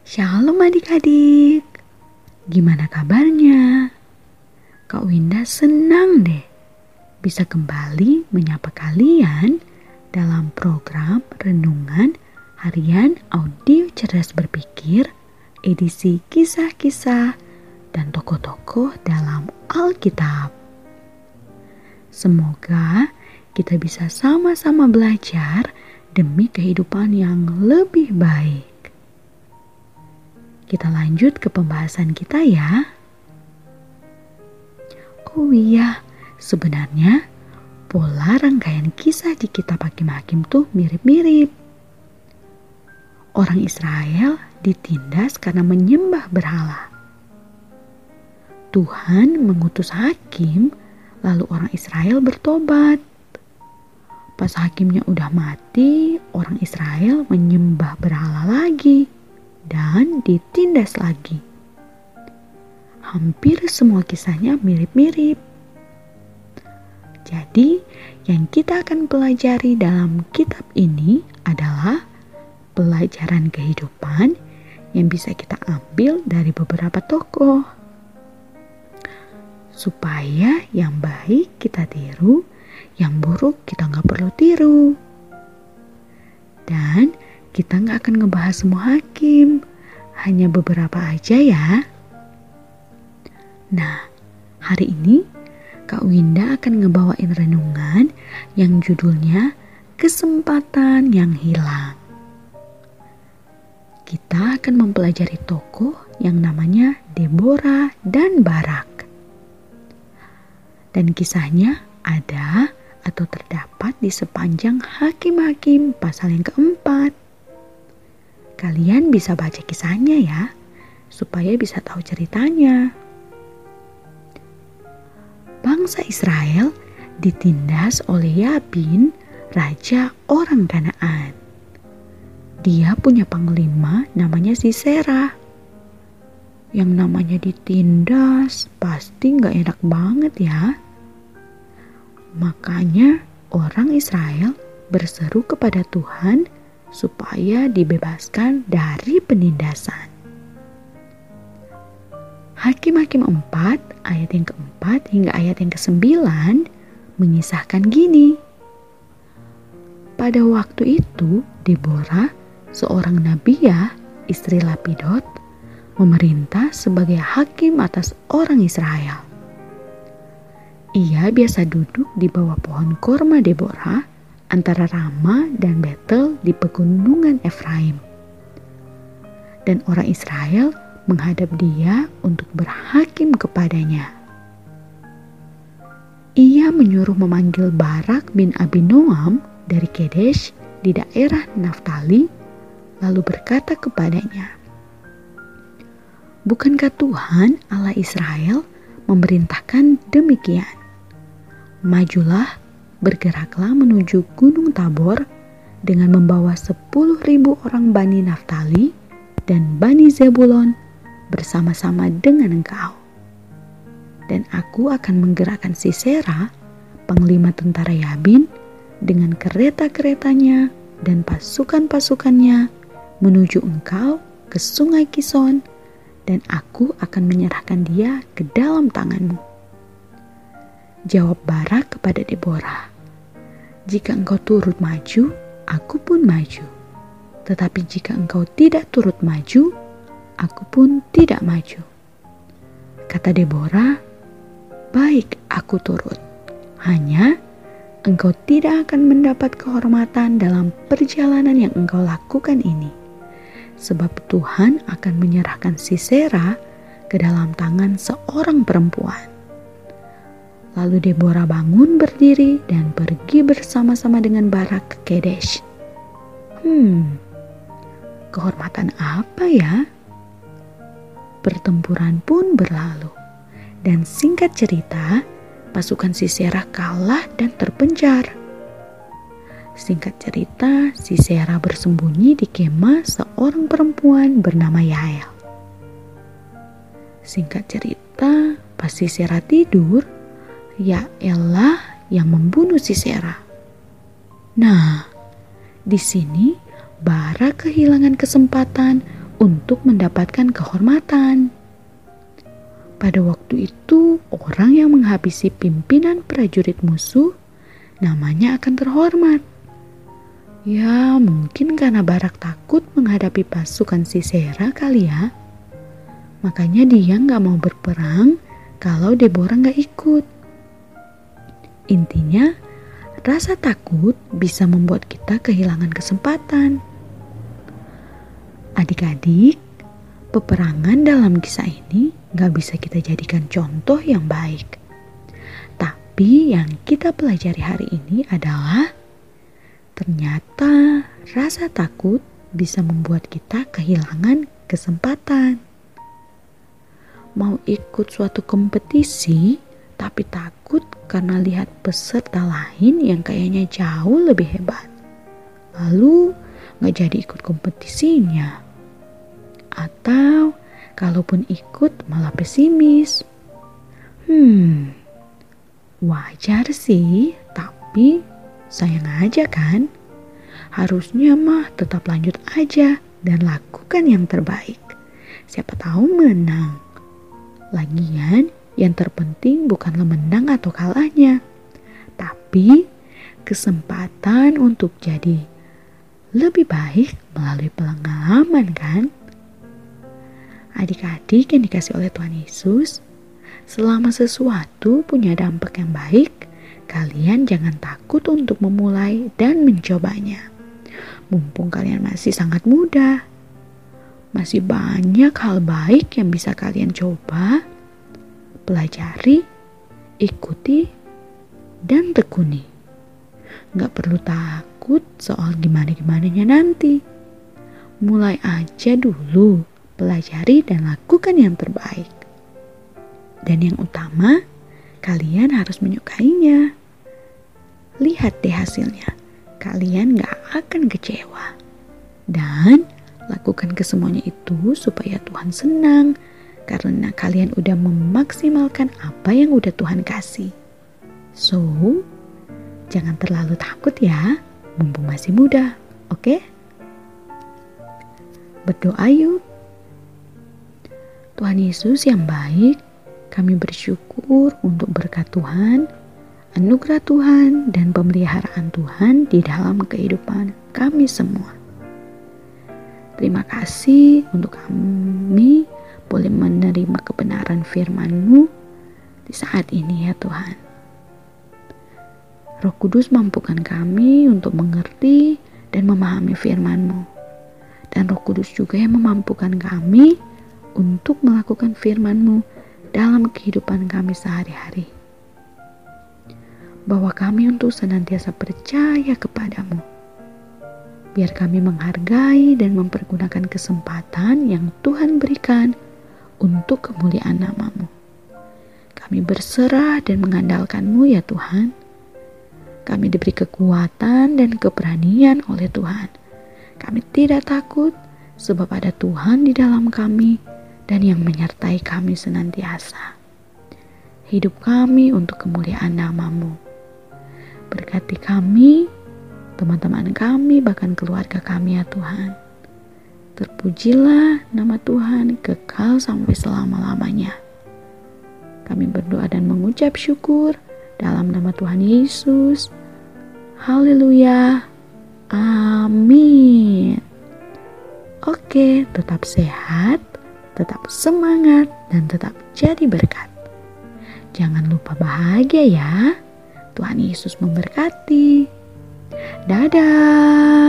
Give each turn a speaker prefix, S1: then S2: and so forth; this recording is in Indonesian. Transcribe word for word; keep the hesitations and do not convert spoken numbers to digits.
S1: Shalom adik-adik, gimana kabarnya? Kak Winda senang deh bisa kembali menyapa kalian dalam program Renungan Harian Audio Cerdas Berpikir, edisi kisah-kisah dan tokoh-tokoh dalam Alkitab. Semoga kita bisa sama-sama belajar demi kehidupan yang lebih baik. Kita lanjut ke pembahasan kita ya. Oh iya, sebenarnya pola rangkaian kisah di kitab Hakim-Hakim tuh mirip-mirip. Orang Israel ditindas karena menyembah berhala. Tuhan mengutus hakim, lalu orang Israel bertobat. Pas hakimnya udah mati, orang Israel menyembah berhala lagi dan ditindas lagi. Hampir semua kisahnya mirip-mirip. Jadi, yang kita akan pelajari dalam kitab ini adalah pelajaran kehidupan yang bisa kita ambil dari beberapa tokoh. Supaya yang baik kita tiru, yang buruk kita nggak perlu tiru. Dan kita nggak akan ngebahas semua hakim, hanya beberapa aja ya. Nah, hari ini Kak Winda akan ngebawain renungan yang judulnya Kesempatan yang Hilang. Kita akan mempelajari tokoh yang namanya Deborah dan Barak. Dan kisahnya ada atau terdapat di sepanjang Hakim-Hakim pasal yang keempat. Kalian bisa baca kisahnya ya, supaya bisa tahu ceritanya. Bangsa Israel ditindas oleh Yabin, raja orang Kanaan. Dia punya panglima namanya Sisera. Yang namanya ditindas pasti gak enak banget ya. Makanya orang Israel berseru kepada Tuhan supaya dibebaskan dari penindasan. Hakim-Hakim empat ayat yang keempat hingga ayat yang kesembilan mengisahkan gini. Pada waktu itu Deborah, seorang nabiah, istri Lapidot, memerintah sebagai hakim atas orang Israel. Ia biasa duduk di bawah pohon korma Deborah antara Rama dan Betel di pegunungan Efraim. Dan orang Israel menghadap dia untuk berhakim kepadanya. Ia menyuruh memanggil Barak bin Abinoam dari Kedesh di daerah Naftali, lalu berkata kepadanya, "Bukankah Tuhan Allah Israel memerintahkan demikian? Majulah, bergeraklah menuju Gunung Tabor dengan membawa sepuluh ribu orang Bani Naftali dan Bani Zebulon bersama-sama dengan engkau. Dan aku akan menggerakkan Sisera, panglima tentara Yabin, dengan kereta-keretanya dan pasukan-pasukannya menuju engkau ke sungai Kison, dan aku akan menyerahkan dia ke dalam tanganmu." Jawab Barak kepada Deborah, "Jika engkau turut maju, aku pun maju. Tetapi jika engkau tidak turut maju, aku pun tidak maju." Kata Deborah, "Baik, aku turut. Hanya engkau tidak akan mendapat kehormatan dalam perjalanan yang engkau lakukan ini, sebab Tuhan akan menyerahkan Sisera ke dalam tangan seorang perempuan." Lalu Deborah bangun berdiri dan pergi bersama-sama dengan Barak ke Kedesh. Hmm, kehormatan apa ya? Pertempuran pun berlalu, dan singkat cerita, pasukan Sisera kalah dan terpencar. Singkat cerita, Sisera bersembunyi di kemah seorang perempuan bernama Yael. Singkat cerita, pas Sisera tidur, Yaelah yang membunuh Sisera. Nah, di sini Barak kehilangan kesempatan untuk mendapatkan kehormatan. Pada waktu itu, orang yang menghabisi pimpinan prajurit musuh namanya akan terhormat. Ya, mungkin karena Barak takut menghadapi pasukan Sisera kali ya. Makanya dia gak mau berperang kalau Deborah gak ikut. Intinya, rasa takut bisa membuat kita kehilangan kesempatan. Adik-adik, peperangan dalam kisah ini gak bisa kita jadikan contoh yang baik. Tapi yang kita pelajari hari ini adalah ternyata rasa takut bisa membuat kita kehilangan kesempatan. Mau ikut suatu kompetisi tapi takut karena lihat peserta lain yang kayaknya jauh lebih hebat. Lalu gak jadi ikut kompetisinya. Atau kalaupun ikut malah pesimis. Hmm, wajar sih, tapi sayang aja kan. Harusnya mah tetap lanjut aja dan lakukan yang terbaik. Siapa tahu menang. Lagian yang terpenting bukanlah menang atau kalahnya, tapi kesempatan untuk jadi lebih baik melalui pengalaman kan. Adik-adik yang dikasih oleh Tuhan Yesus, selama sesuatu punya dampak yang baik, kalian jangan takut untuk memulai dan mencobanya. Mumpung kalian masih sangat muda, masih banyak hal baik yang bisa kalian coba, pelajari, ikuti, dan tekuni. Gak perlu takut soal gimana-gimananya nanti. Mulai aja dulu, pelajari dan lakukan yang terbaik. Dan yang utama, kalian harus menyukainya. Lihat deh hasilnya, kalian gak akan kecewa. Dan lakukan kesemuanya itu supaya Tuhan senang, karena kalian udah memaksimalkan apa yang udah Tuhan kasih. So, jangan terlalu takut ya, mumpung masih muda, oke? Berdoa yuk. Tuhan Yesus yang baik, kami bersyukur untuk berkat Tuhan, anugerah Tuhan, dan pemeliharaan Tuhan di dalam kehidupan kami semua. Terima kasih untuk kami boleh menerima kebenaran firman-Mu di saat ini ya Tuhan. Roh Kudus mampukan kami untuk mengerti dan memahami firman-Mu. Dan Roh Kudus juga yang memampukan kami untuk melakukan firman-Mu dalam kehidupan kami sehari-hari. Bawa kami untuk senantiasa percaya kepadamu. Biar kami menghargai dan mempergunakan kesempatan yang Tuhan berikan untuk kemuliaan nama-Mu. Kami berserah dan mengandalkan-Mu ya Tuhan. Kami diberi kekuatan dan keberanian oleh Tuhan. Kami tidak takut sebab ada Tuhan di dalam kami dan yang menyertai kami senantiasa. Hidup kami untuk kemuliaan nama-Mu. Berkati kami, teman-teman kami, bahkan keluarga kami ya Tuhan. Terpujilah nama Tuhan kekal sampai selama-lamanya. Kami berdoa dan mengucap syukur dalam nama Tuhan Yesus. Haleluya. Amin. Oke, tetap sehat, tetap semangat, dan tetap jadi berkat. Jangan lupa bahagia ya. Tuhan Yesus memberkati. Dadah.